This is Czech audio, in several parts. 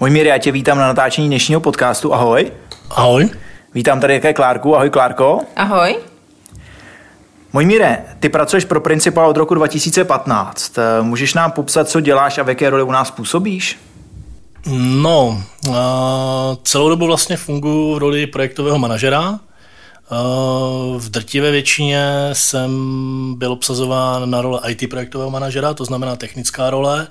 Mojmíre, já tě vítám na natáčení dnešního podcastu. Ahoj. Ahoj. Vítám tady také Klárku. Ahoj, Klárko. Ahoj. Mojmíre, ty pracuješ pro Principal od roku 2015. Můžeš nám popsat, co děláš a v jaké roli u nás působíš? No, celou dobu vlastně funguji v roli projektového manažera. V drtivé většině jsem byl obsazován na roli IT projektového manažera, to znamená technická role.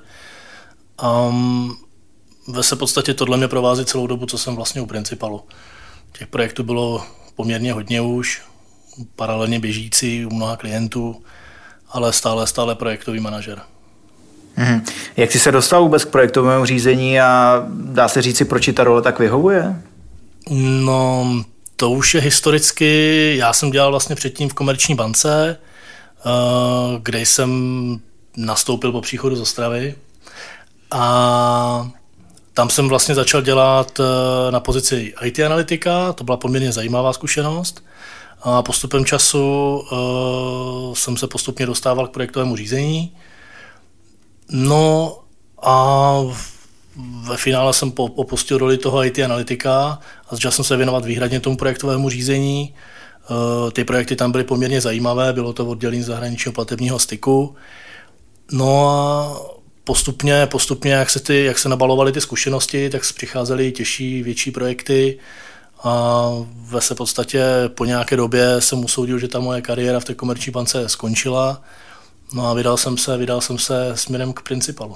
Ve se podstatě tohle mě provází celou dobu, co jsem vlastně u Principalu. Těch projektů bylo poměrně hodně už, paralelně běžící u mnoha klientů, ale stále projektový manažer. Jak jsi se dostal vůbec k projektovému řízení a dá se říci, proč ti ta role tak vyhovuje? No, to už je historicky, já jsem dělal vlastně předtím v Komerční bance, kde jsem nastoupil po příchodu z Ostravy a tam jsem vlastně začal dělat na pozici IT analytika, to byla poměrně zajímavá zkušenost a postupem času jsem se postupně dostával k projektovému řízení. No a ve finále jsem opustil roli toho IT analytika a začal jsem se věnovat výhradně tomu projektovému řízení. Ty projekty tam byly poměrně zajímavé, bylo to oddělení zahraničního platebního styku. No a postupně jak se nabalovaly ty zkušenosti, tak přicházely těžší, větší projekty a ve se podstatě po nějaké době jsem usoudil, že ta moje kariéra v té Komerční bance skončila. No a vydal jsem se směrem k Principalu.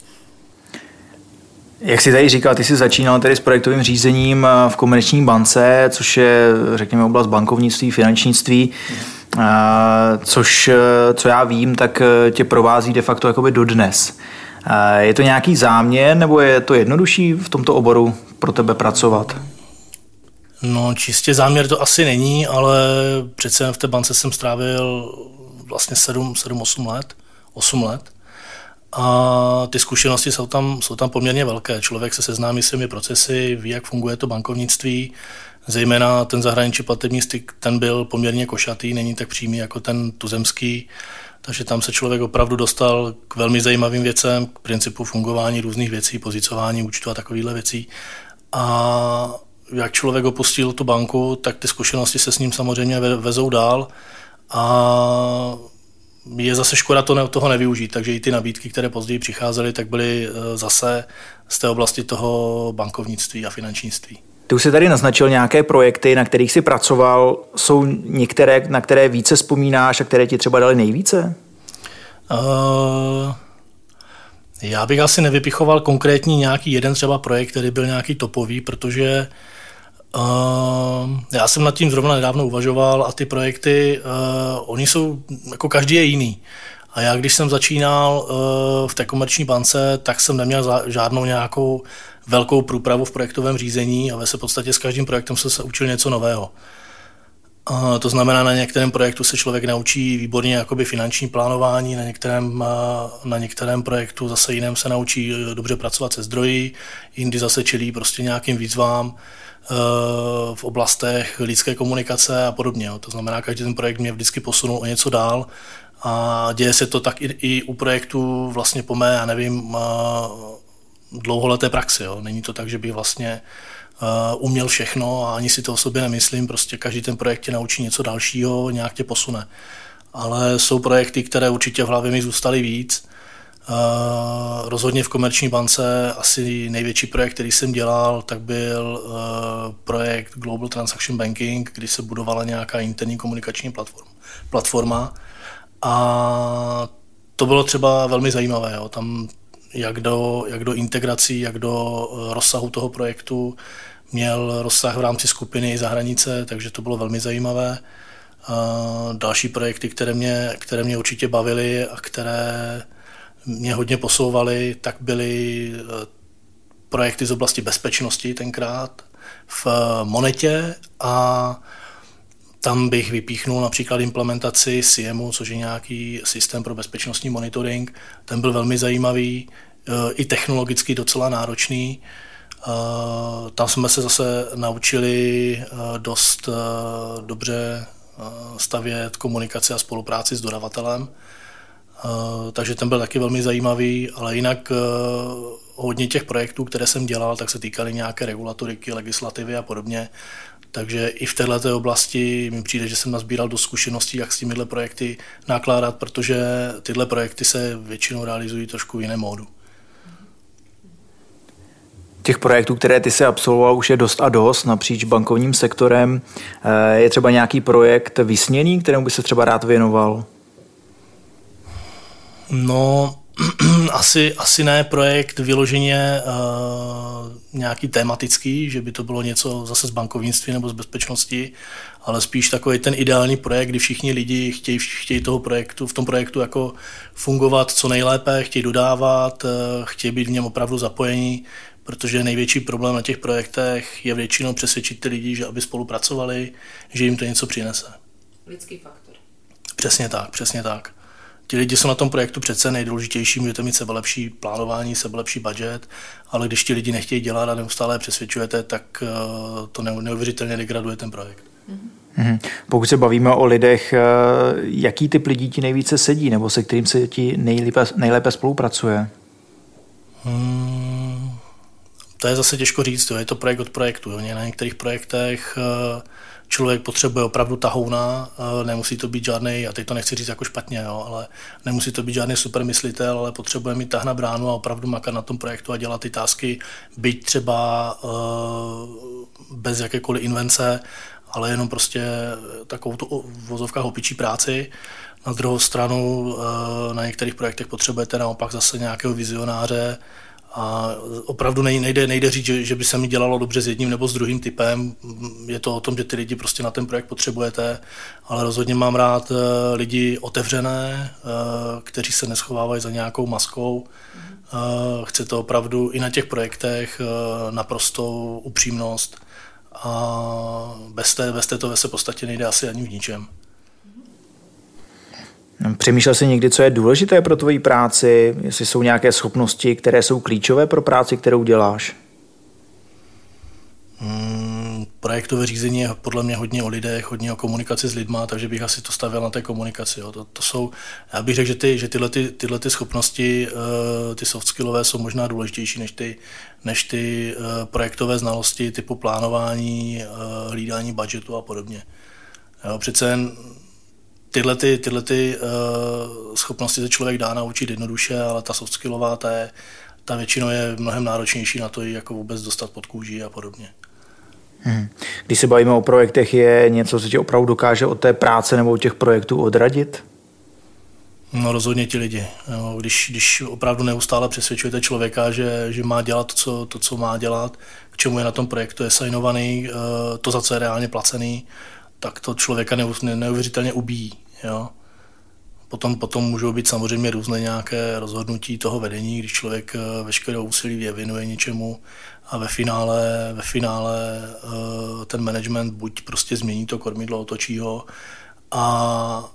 Jak jsi tady říkal, ty jsi začínal tedy s projektovým řízením v Komerční bance, což je, řekněme, oblast bankovnictví, finančnictví, což, co já vím, tak tě provází de facto jakoby dodnes. Je to nějaký záměr, nebo je to jednodušší v tomto oboru pro tebe pracovat? No, čistě záměr to asi není, ale přece v té bance jsem strávil vlastně 8 let. A ty zkušenosti jsou tam poměrně velké. Člověk se seznámí s těmi procesy, ví, jak funguje to bankovnictví, zejména ten zahraniční platební styk, ten byl poměrně košatý, není tak přímý jako ten tuzemský, takže tam se člověk opravdu dostal k velmi zajímavým věcem, k principu fungování různých věcí, pozicování účtu a takovýchhle věcí. A jak člověk opustil tu banku, tak ty zkušenosti se s ním samozřejmě vezou dál a je zase škoda toho nevyužít, takže i ty nabídky, které později přicházely, tak byly zase z té oblasti toho bankovnictví a finančnictví. Ty už jsi tady naznačil nějaké projekty, na kterých jsi pracoval. Jsou některé, na které více vzpomínáš a které ti třeba dali nejvíce? Já bych asi nevypichoval konkrétní nějaký jeden třeba projekt, který byl nějaký topový, protože já jsem nad tím zrovna nedávno uvažoval a ty projekty, oni jsou, jako každý je jiný. A já, když jsem začínal v té Komerční bance, tak jsem neměl žádnou nějakou velkou průpravu v projektovém řízení a ve se podstatě s každým projektem jsem se učil něco nového. To znamená, na některém projektu se člověk naučí výborně jakoby finanční plánování, na některém projektu zase jiném se naučí dobře pracovat se zdroji, jindy zase čelí prostě nějakým výzvám v oblastech lidské komunikace a podobně. To znamená, každý ten projekt mě vždycky posunul o něco dál a děje se to tak i u projektu vlastně po mé, já nevím, dlouholeté praxi. Jo. Není to tak, že bych vlastně uměl všechno a ani si to o sobě nemyslím, prostě každý ten projekt tě naučí něco dalšího, nějak tě posune. Ale jsou projekty, které určitě v hlavě mi zůstaly víc. Rozhodně v Komerční bance asi největší projekt, který jsem dělal, tak byl projekt Global Transaction Banking, kdy se budovala nějaká interní komunikační platforma a to bylo třeba velmi zajímavé. Jo. Tam jak do integrací, jak do rozsahu toho projektu měl rozsah v rámci skupiny za hranice, takže to bylo velmi zajímavé. Další projekty, které mě určitě bavily a které mě hodně posouvaly, tak byly projekty z oblasti bezpečnosti tenkrát v Monetě a tam bych vypíchnul například implementaci SIEMu, což je nějaký systém pro bezpečnostní monitoring. Ten byl velmi zajímavý, i technologicky docela náročný. Tam jsme se zase naučili dost dobře stavět komunikaci a spolupráci s dodavatelem. Takže ten byl taky velmi zajímavý, ale jinak hodně těch projektů, které jsem dělal, tak se týkaly nějaké regulatoriky, legislativy a podobně. Takže i v této oblasti mi přijde, že jsem nazbíral dost zkušeností, jak s těmihle projekty nakládat, protože tyhle projekty se většinou realizují trošku v jiném módu. Těch projektů, které ty se absolvoval, už je dost a dost napříč bankovním sektorem. Je třeba nějaký projekt vysněný, kterému by se třeba rád věnoval? No, asi ne projekt vyloženě nějaký tematický, že by to bylo něco zase z bankovnictví nebo z bezpečnosti, ale spíš takový ten ideální projekt, kdy všichni lidi chtějí v tom projektu jako fungovat co nejlépe, chtějí dodávat, chtějí být v něm opravdu zapojení, protože největší problém na těch projektech je většinou přesvědčit ty lidi, že aby spolupracovali, že jim to něco přinese. Lidský faktor. Přesně tak. Ti lidi jsou na tom projektu přece nejdůležitější, můžete mít sebelepší plánování, sebelepší budget, ale když ti lidi nechtějí dělat a neustále přesvědčujete, tak to neuvěřitelně degraduje ten projekt. Mm-hmm. Pokud se bavíme o lidech, jaký typ lidí ti nejvíce sedí, nebo se kterým se ti nejlépe spolupracuje? To je zase těžko říct, je to projekt od projektu. Jo. Na některých projektech člověk potřebuje opravdu tahouna, nemusí to být žádný, a teď to nechci říct jako špatně, jo, ale nemusí to být žádný super myslitel, ale potřebuje mít tah na bránu a opravdu makat na tom projektu a dělat ty tásky, byť třeba bez jakékoliv invence, ale jenom prostě takovou tu v vozovkách opičí práci. Na druhou stranu na některých projektech potřebujete naopak zase nějakého vizionáře, a opravdu nejde říct, že by se mi dělalo dobře s jedním nebo s druhým typem. Je to o tom, že ty lidi prostě na ten projekt potřebujete, ale rozhodně mám rád lidi otevřené, kteří se neschovávají za nějakou maskou. Chcete opravdu i na těch projektech naprostou upřímnost a bez této se v podstatě nejde asi ani v ničem. Přemýšlel jsi někdy, co je důležité pro tvoji práci, jestli jsou nějaké schopnosti, které jsou klíčové pro práci, kterou děláš? Projektové řízení je podle mě hodně o lidech, hodně o komunikaci s lidma, takže bych asi to stavěl na té komunikaci. Jo. To jsou, já bych řekl, že tyhle schopnosti, ty soft skillové, jsou možná důležitější než ty projektové znalosti typu plánování, hlídání budgetu a podobně. Jo, přece jen tyhle schopnosti se člověk dá naučit jednoduše, ale ta soft skillová, ta většinou je mnohem náročnější na to, jako vůbec dostat pod kůži a podobně. Když se bavíme o projektech, je něco, co tě opravdu dokáže od té práce nebo od těch projektů odradit? No rozhodně ti lidi. Jo, když opravdu neustále přesvědčujete člověka, že má dělat to, co má dělat, k čemu je na tom projektu assignovaný, to, za co je reálně placený, tak to člověka neuvěřitelně ubíjí. Jo. Potom můžou být samozřejmě různé nějaké rozhodnutí toho vedení, když člověk veškeré úsilí věnuje něčemu a ve finále ten management buď prostě změní to kormidlo, otočí ho a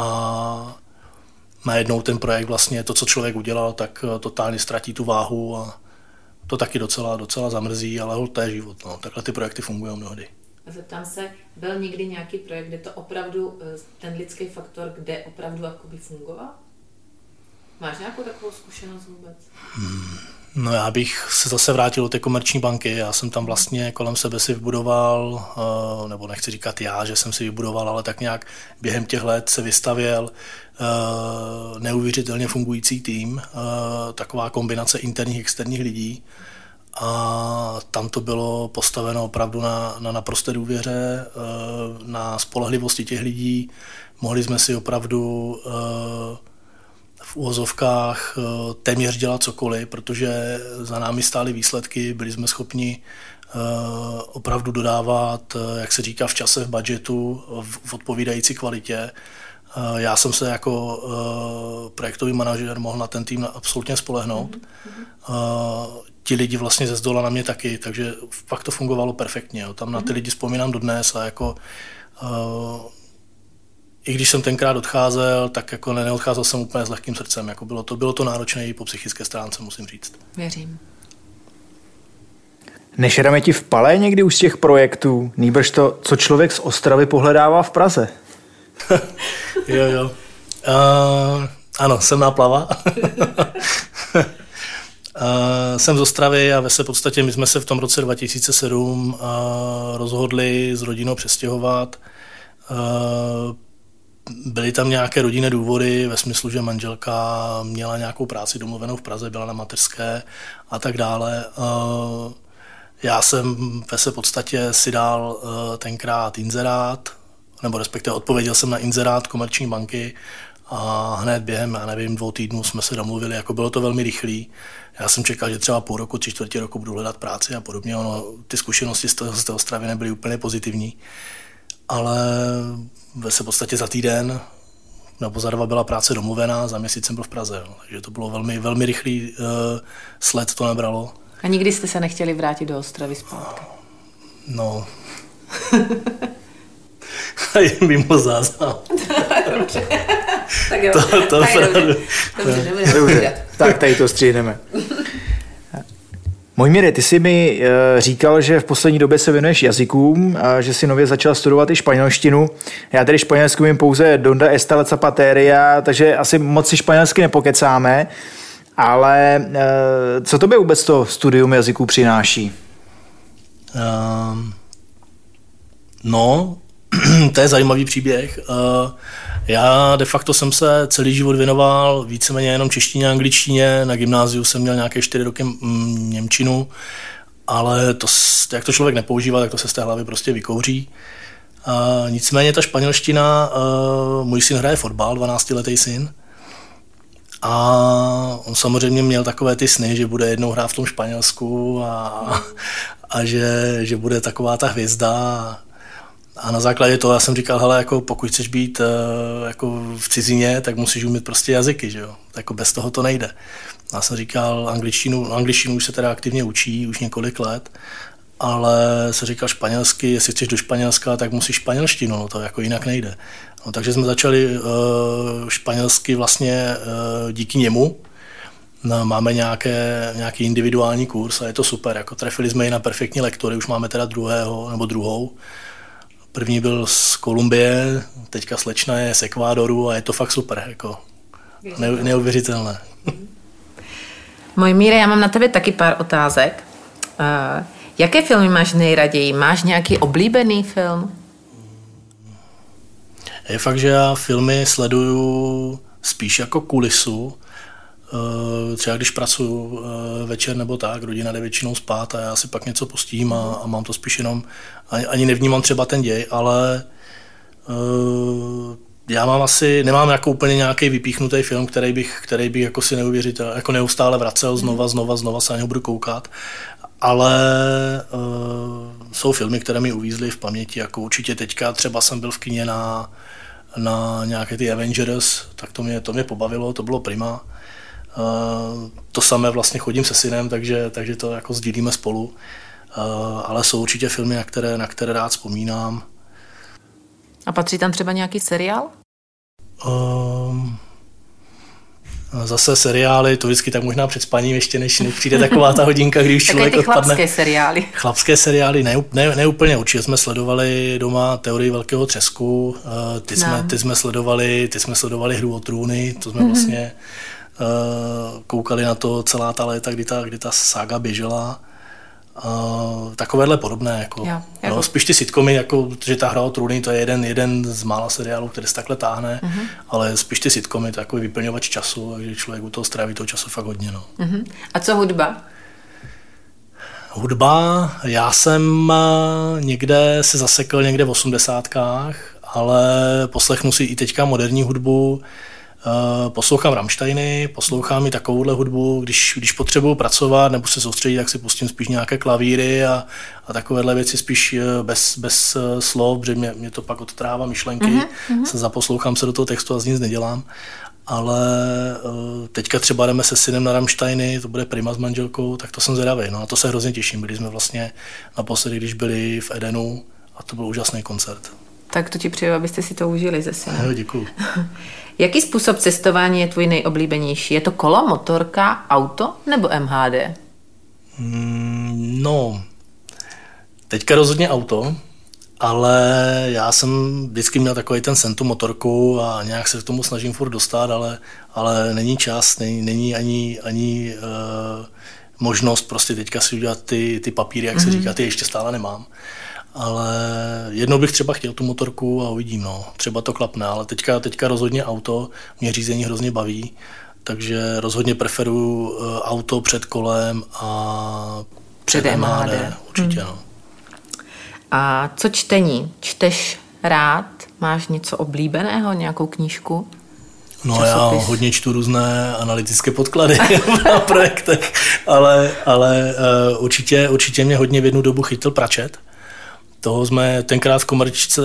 najednou ten projekt vlastně to, co člověk udělal, tak totálně ztratí tu váhu a to taky docela zamrzí, ale to je život. No. Takhle ty projekty fungují mnohdy. Zeptám se, byl někdy nějaký projekt, kde to opravdu, ten lidský faktor, kde opravdu jakoby fungoval? Máš nějakou takovou zkušenost vůbec? No já bych se zase vrátil do té komerční banky. Já jsem tam vlastně kolem sebe si vybudoval, nebo nechci říkat já, že jsem si vybudoval, ale tak nějak během těch let se vystavěl neuvěřitelně fungující tým, taková kombinace interních, externích lidí. A tam to bylo postaveno opravdu na naprosté důvěře, na spolehlivosti těch lidí. Mohli jsme si opravdu v uvozovkách téměř dělat cokoliv, protože za námi stály výsledky, byli jsme schopni opravdu dodávat, jak se říká, v čase, v budgetu, v odpovídající kvalitě. Já jsem se jako projektový manažer mohl na ten tým absolutně spolehnout. Ti lidi vlastně ze zdola na mě taky, takže fakt to fungovalo perfektně. Jo. Tam na ty lidi vzpomínám dodnes a jako i když jsem tenkrát odcházel, tak jako neodcházel jsem úplně s lehkým srdcem. Jako bylo to náročné i po psychické stránce, musím říct. Věřím. Nešerame ti v pale někdy už z těch projektů? Nýbrž to, co člověk z Ostravy pohledává v Praze? Jo. Ano, jsem náplava. Jsem z Ostravy a v podstatě my jsme se v tom roce 2007 rozhodli s rodinou přestěhovat. Byly tam nějaké rodinné důvody ve smyslu, že manželka měla nějakou práci domluvenou v Praze, byla na mateřské a tak dále. Já jsem v podstatě si dal tenkrát inzerát, nebo respektive odpověděl jsem na inzerát Komerční banky a hned během, 2 týdnů jsme se domluvili, jako bylo to velmi rychlý. Já jsem čekal, že třeba půl roku, 3/4 roku budu hledat práci a podobně. Ty zkušenosti z té Ostravy nebyly úplně pozitivní, ale v podstatě za týden nebo za 2 byla práce domluvená, za měsíc jsem byl v Praze. Takže to bylo velmi, velmi rychlý sled, to nebralo. A nikdy jste se nechtěli vrátit do Ostravy zpátky? No. Mimo záznam. Dobře. Tak jo. To Dobře. Tak tady to stříhneme. Mojmíre, ty jsi mi říkal, že v poslední době se věnuješ jazykům a že jsi nově začal studovat i španělštinu. Já tedy španělsky mím pouze Donde está la zapateria, takže asi moc si španělsky nepokecáme, ale co tobě vůbec to studium jazyků přináší? No, to je zajímavý příběh. Já de facto jsem se celý život věnoval víceméně jenom češtině a angličtině. Na gymnáziu jsem měl nějaké 4 roky němčinu, ale to, jak to člověk nepoužívá, tak to se z té hlavy prostě vykouří. Nicméně ta španělština, můj syn hraje fotbal, 12letý syn, a on samozřejmě měl takové ty sny, že bude jednou hrát v tom Španělsku a že bude taková ta hvězda. A na základě toho já jsem říkal, hele, jako pokud chceš být jako v cizině, tak musíš umět prostě jazyky, že jo? Jako bez toho to nejde. Já jsem říkal, angličtinu už se teda aktivně učí, už několik let, ale se říkal španělsky, jestli chceš do Španělska, tak musíš španělštinu, no to jako jinak nejde. No, takže jsme začali španělsky vlastně díky němu. No, máme nějaký individuální kurz a je to super, jako trefili jsme ji na perfektní lektory, už máme teda druhou. První byl z Kolumbie, teďka slečna je z Ekvádoru a je to fakt super, jako neuvěřitelné. Mojmíre, já mám na tebe taky pár otázek. Jaké filmy máš nejraději? Máš nějaký oblíbený film? Je fakt, že já filmy sleduju spíš jako kulisu. Třeba když pracuji večer nebo tak, rodina jde většinou spát a já si pak něco pustím a mám to spíš jenom, ani nevnímám třeba ten děj, ale já nemám jako úplně nějaký vypíchnutý film, který bych jako si neuvěřitel, jako neustále vracel, znova se na něho budu koukat, ale jsou filmy, které mi uvízly v paměti, jako určitě teďka třeba jsem byl v kině na nějaké ty Avengers, tak to mě pobavilo, to bylo prima. To samé vlastně chodím se synem, takže to jako sdílíme spolu, ale jsou určitě filmy, na které rád vzpomínám. A patří tam třeba nějaký seriál? Zase seriály, to vždycky tak možná před spaním, ještě než přijde taková ta hodinka, když člověk odpadne. Chlapské seriály. Chlapské seriály, ne úplně, určitě jsme sledovali doma Teorii velkého třesku, ty jsme sledovali Hru o trůny, to jsme vlastně koukali na to celá ta léta, kdy ta sága běžela. Takovéhle podobné. Jako. Spíš ty sitcomy, jako, že ta Hra o trůny, to je jeden z mála seriálů, který se takhle táhne, ale spíš ty sitcomy, to je takový vyplňovač času, takže člověk u toho stráví toho času fakt hodně. No. A co hudba? Hudba, já jsem někde se zasekl někde v 80kách, ale poslechnu si i teďka moderní hudbu. Poslouchám Rammsteiny, poslouchám i takovouhle hudbu, když potřebuju pracovat nebo se soustředit, tak si pustím spíš nějaké klavíry a takovéhle věci spíš bez slov, protože mě to pak odtrává myšlenky, zaposlouchám se do toho textu a z nic nedělám. Ale teďka třeba jdeme se synem na Rammsteiny, to bude prima s manželkou, tak to jsem zvědavý, no a to se hrozně těším. Byli jsme vlastně naposledy, když byli v Edenu a to byl úžasný koncert. Tak to ti přeju, abyste si to užili ze synem. Jo, děkuju. Jaký způsob cestování je tvůj nejoblíbenější? Je to kolo, motorka, auto nebo MHD? No, teďka rozhodně auto, ale já jsem vždycky měl takový ten sen tu motorku a nějak se k tomu snažím furt dostat, ale není čas, není ani možnost prostě teďka si udělat ty papíry, jak se říká, ty ještě stále nemám. Ale jednou bych třeba chtěl tu motorku a uvidím, no. Třeba to klapne, ale teďka rozhodně auto, mě řízení hrozně baví, takže rozhodně preferuju auto před kolem a před MHD. Určitě, no. A co čtení? Čteš rád? Máš něco oblíbeného, nějakou knížku? No časopis? Já hodně čtu různé analytické podklady na projektech, ale určitě mě hodně v jednu dobu chytil Pratchett. Toho jsme tenkrát v Komerčce,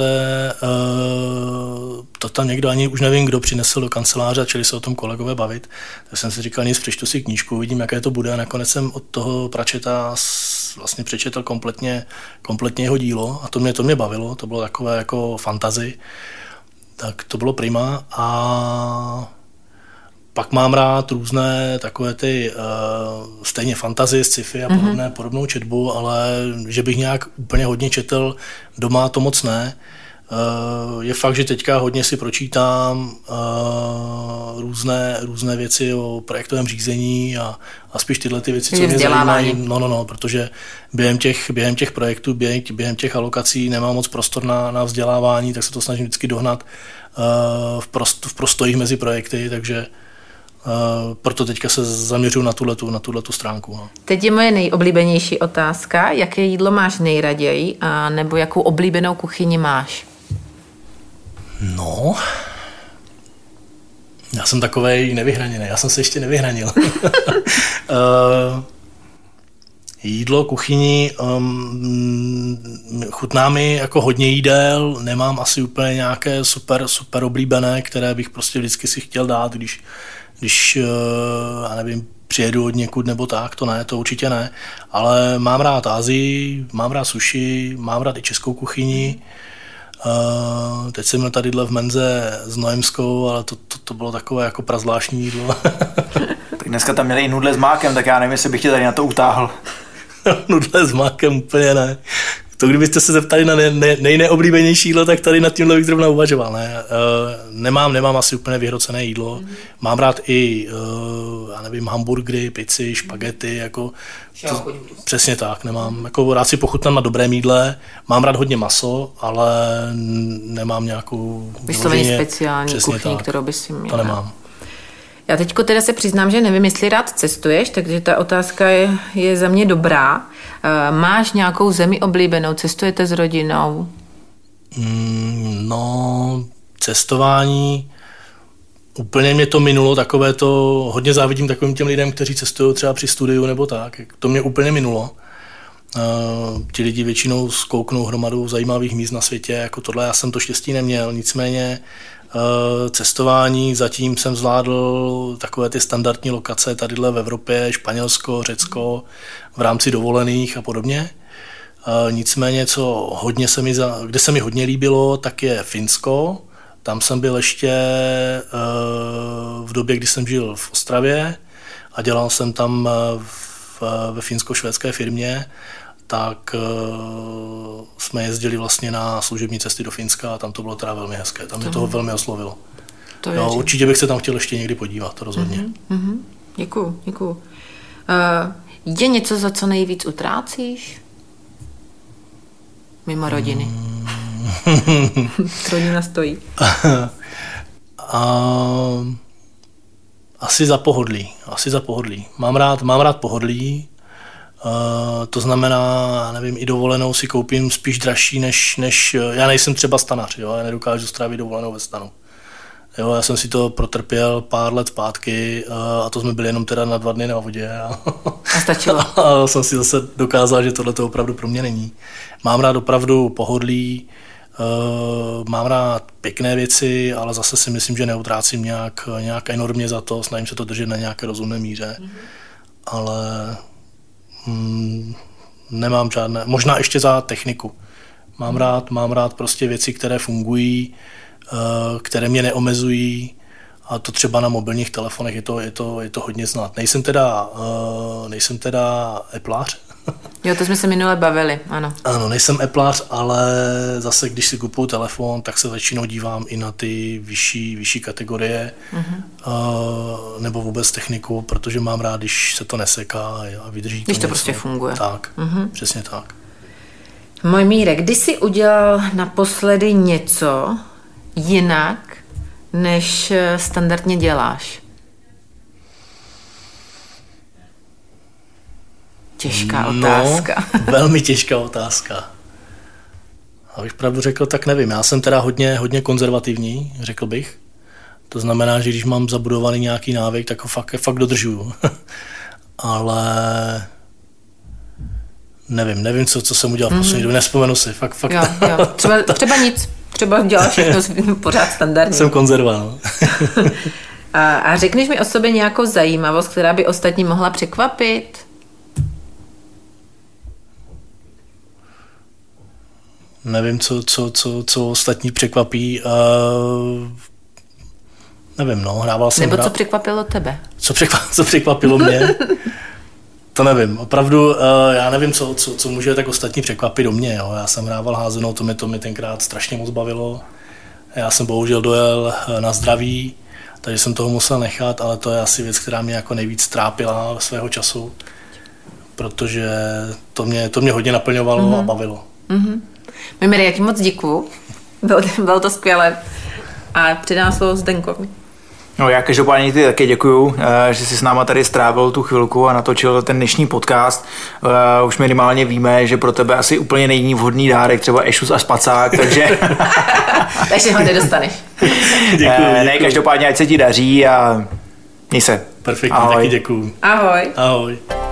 to tam někdo, ani už nevím, kdo přinesl do kanceláře a čili se o tom kolegové bavit. Tak jsem si říkal, nic, přečtu si knížku, vidím, jaké to bude. A nakonec jsem od toho Pratchetta vlastně přečetl kompletně jeho dílo a to mě bavilo, to bylo takové jako fantasy. Tak to bylo prima a pak mám rád různé takové ty stejně fantasy, sci-fi a podobnou četbu, ale že bych nějak úplně hodně četl doma, to moc ne. Je fakt, že teďka hodně si pročítám různé věci o projektovém řízení a spíš tyhle ty věci, co mě zajímají. No, protože během těch projektů, během těch alokací nemám moc prostor na vzdělávání, tak se to snažím vždycky dohnat v prostojích mezi projekty, takže proto teďka se zaměřuju na tuhletu stránku. No. Teď je moje nejoblíbenější otázka. Jaké jídlo máš nejraději a nebo jakou oblíbenou kuchyni máš? No, já jsem takovej nevyhraněný. Já jsem se ještě nevyhranil. Jídlo, kuchyni, chutná mi jako hodně jídel, nemám asi úplně nějaké super oblíbené, které bych prostě vždycky si chtěl dát, když já nevím, přijedu od někud nebo tak, to určitě ne, ale mám rád Asii, mám rád sushi, mám rád i českou kuchyni. Teď jsem měl tadyhle v menze s Noemskou, ale to bylo takové jako prazvláštní jídlo. Tak dneska tam měli i nudle s mákem, tak já nevím, jestli bych tě tady na to utáhl. Nudle s mákem úplně ne. To kdybyste se zeptali na nejneoblíbenější jídlo, tak tady nad tímhle bych zrovna uvažoval. Ne? Nemám asi úplně vyhrocené jídlo. Mám rád i já nevím, hamburgery, pici, špagety. Jako přesně tak. Nemám. Jako rád si pochutnám na dobrém jídle. Mám rád hodně maso, ale nemám nějakou vysloveně speciální kuchyni, kterou bys si měl. To nemám. Já teďko teda se přiznám, že nevím, jestli rád cestuješ, takže ta otázka je za mě dobrá. Máš nějakou zemi oblíbenou? Cestujete s rodinou? No, cestování, úplně mě to minulo, takové to, hodně závidím takovým těm lidem, kteří cestují třeba při studiu nebo tak. To mě úplně minulo. Ti lidi většinou zkouknou hromadu zajímavých míst na světě, jako tohle já jsem to štěstí neměl, nicméně cestování zatím jsem zvládl takové ty standardní lokace tadyhle v Evropě, Španělsko, Řecko, v rámci dovolených a podobně. Nicméně, kde se mi hodně líbilo, tak je Finsko. Tam jsem byl ještě v době, kdy jsem žil v Ostravě a dělal jsem tam ve finsko-švédské firmě, tak jsme jezdili vlastně na služební cesty do Finska a tam to bylo teda velmi hezké. Tam mě toho velmi oslovilo. Určitě bych se tam chtěl ještě někdy podívat, rozhodně. Děkuju. Je něco, za co nejvíc utrácíš? Mimo rodiny. Rodina stojí. Asi za pohodlí. Mám rád pohodlí. To znamená, nevím, i dovolenou si koupím spíš dražší, než já nejsem třeba stanař, jo? Já nedokážu strávit dovolenou ve stanu. Jo, já jsem si to protrpěl pár let zpátky a to jsme byli jenom teda na 2 dny na vodě. A stačilo. A jsem si zase dokázal, že tohle to opravdu pro mě není. Mám rád opravdu pohodlí, mám rád pěkné věci, ale zase si myslím, že neutrácím nějak enormně za to, snažím se to držet na nějaké rozumné míře, ale nemám žádné, možná ještě za techniku. Mám rád prostě věci, které fungují, které mě neomezují, a to třeba na mobilních telefonech je to hodně znát. Nejsem teda Appleář, Jo, to jsme se minule bavili, ano. Ano, nejsem Appleář, ale zase, když si kupuju telefon, tak se většinou dívám i na ty vyšší kategorie, nebo vůbec techniku, protože mám rád, když se to neseká a vydrží to. Když to prostě funguje. Tak, přesně tak. Mojmíre, kdy jsi udělal naposledy něco jinak, než standardně děláš? Těžká otázka. No, velmi těžká otázka. Abych pravdu řekl, tak nevím. Já jsem teda hodně konzervativní, řekl bych. To znamená, že když mám zabudovaný nějaký návyk, tak ho fakt dodržuju. Ale nevím, co jsem udělal v poslední době, nevzpomenu si. Fakt. Jo. Třeba nic. Třeba děláš všechno pořád standardně. Jsem konzerva. A řekneš mi o sobě nějakou zajímavost, která by ostatní mohla překvapit? Nevím, co ostatní překvapí. Nevím, hrával jsem. Nebo co překvapilo tebe? Co překvapilo mě? To nevím. Opravdu, já nevím, co může tak ostatní překvapit do mě. Jo. Já jsem hrával házenou, to mi tenkrát strašně moc bavilo. Já jsem bohužel dojel na zdraví, takže jsem toho musel nechat, ale to je asi věc, která mě jako nejvíc trápila svého času, protože to mě hodně naplňovalo a bavilo. Mimiri, já ti moc děkuju. Bylo to skvělé. A předám slovo Zdenkovi. No, já každopádně ti taky děkuju, že jsi s náma tady strávil tu chvilku a natočil ten dnešní podcast. Už minimálně víme, že pro tebe asi úplně není vhodný dárek, třeba ešus a spacák, takže... Takže ho nedostaneš. Děkuju. Ne, každopádně ať se ti daří a měj se. Perfektně, taky děkuju. Ahoj. Ahoj.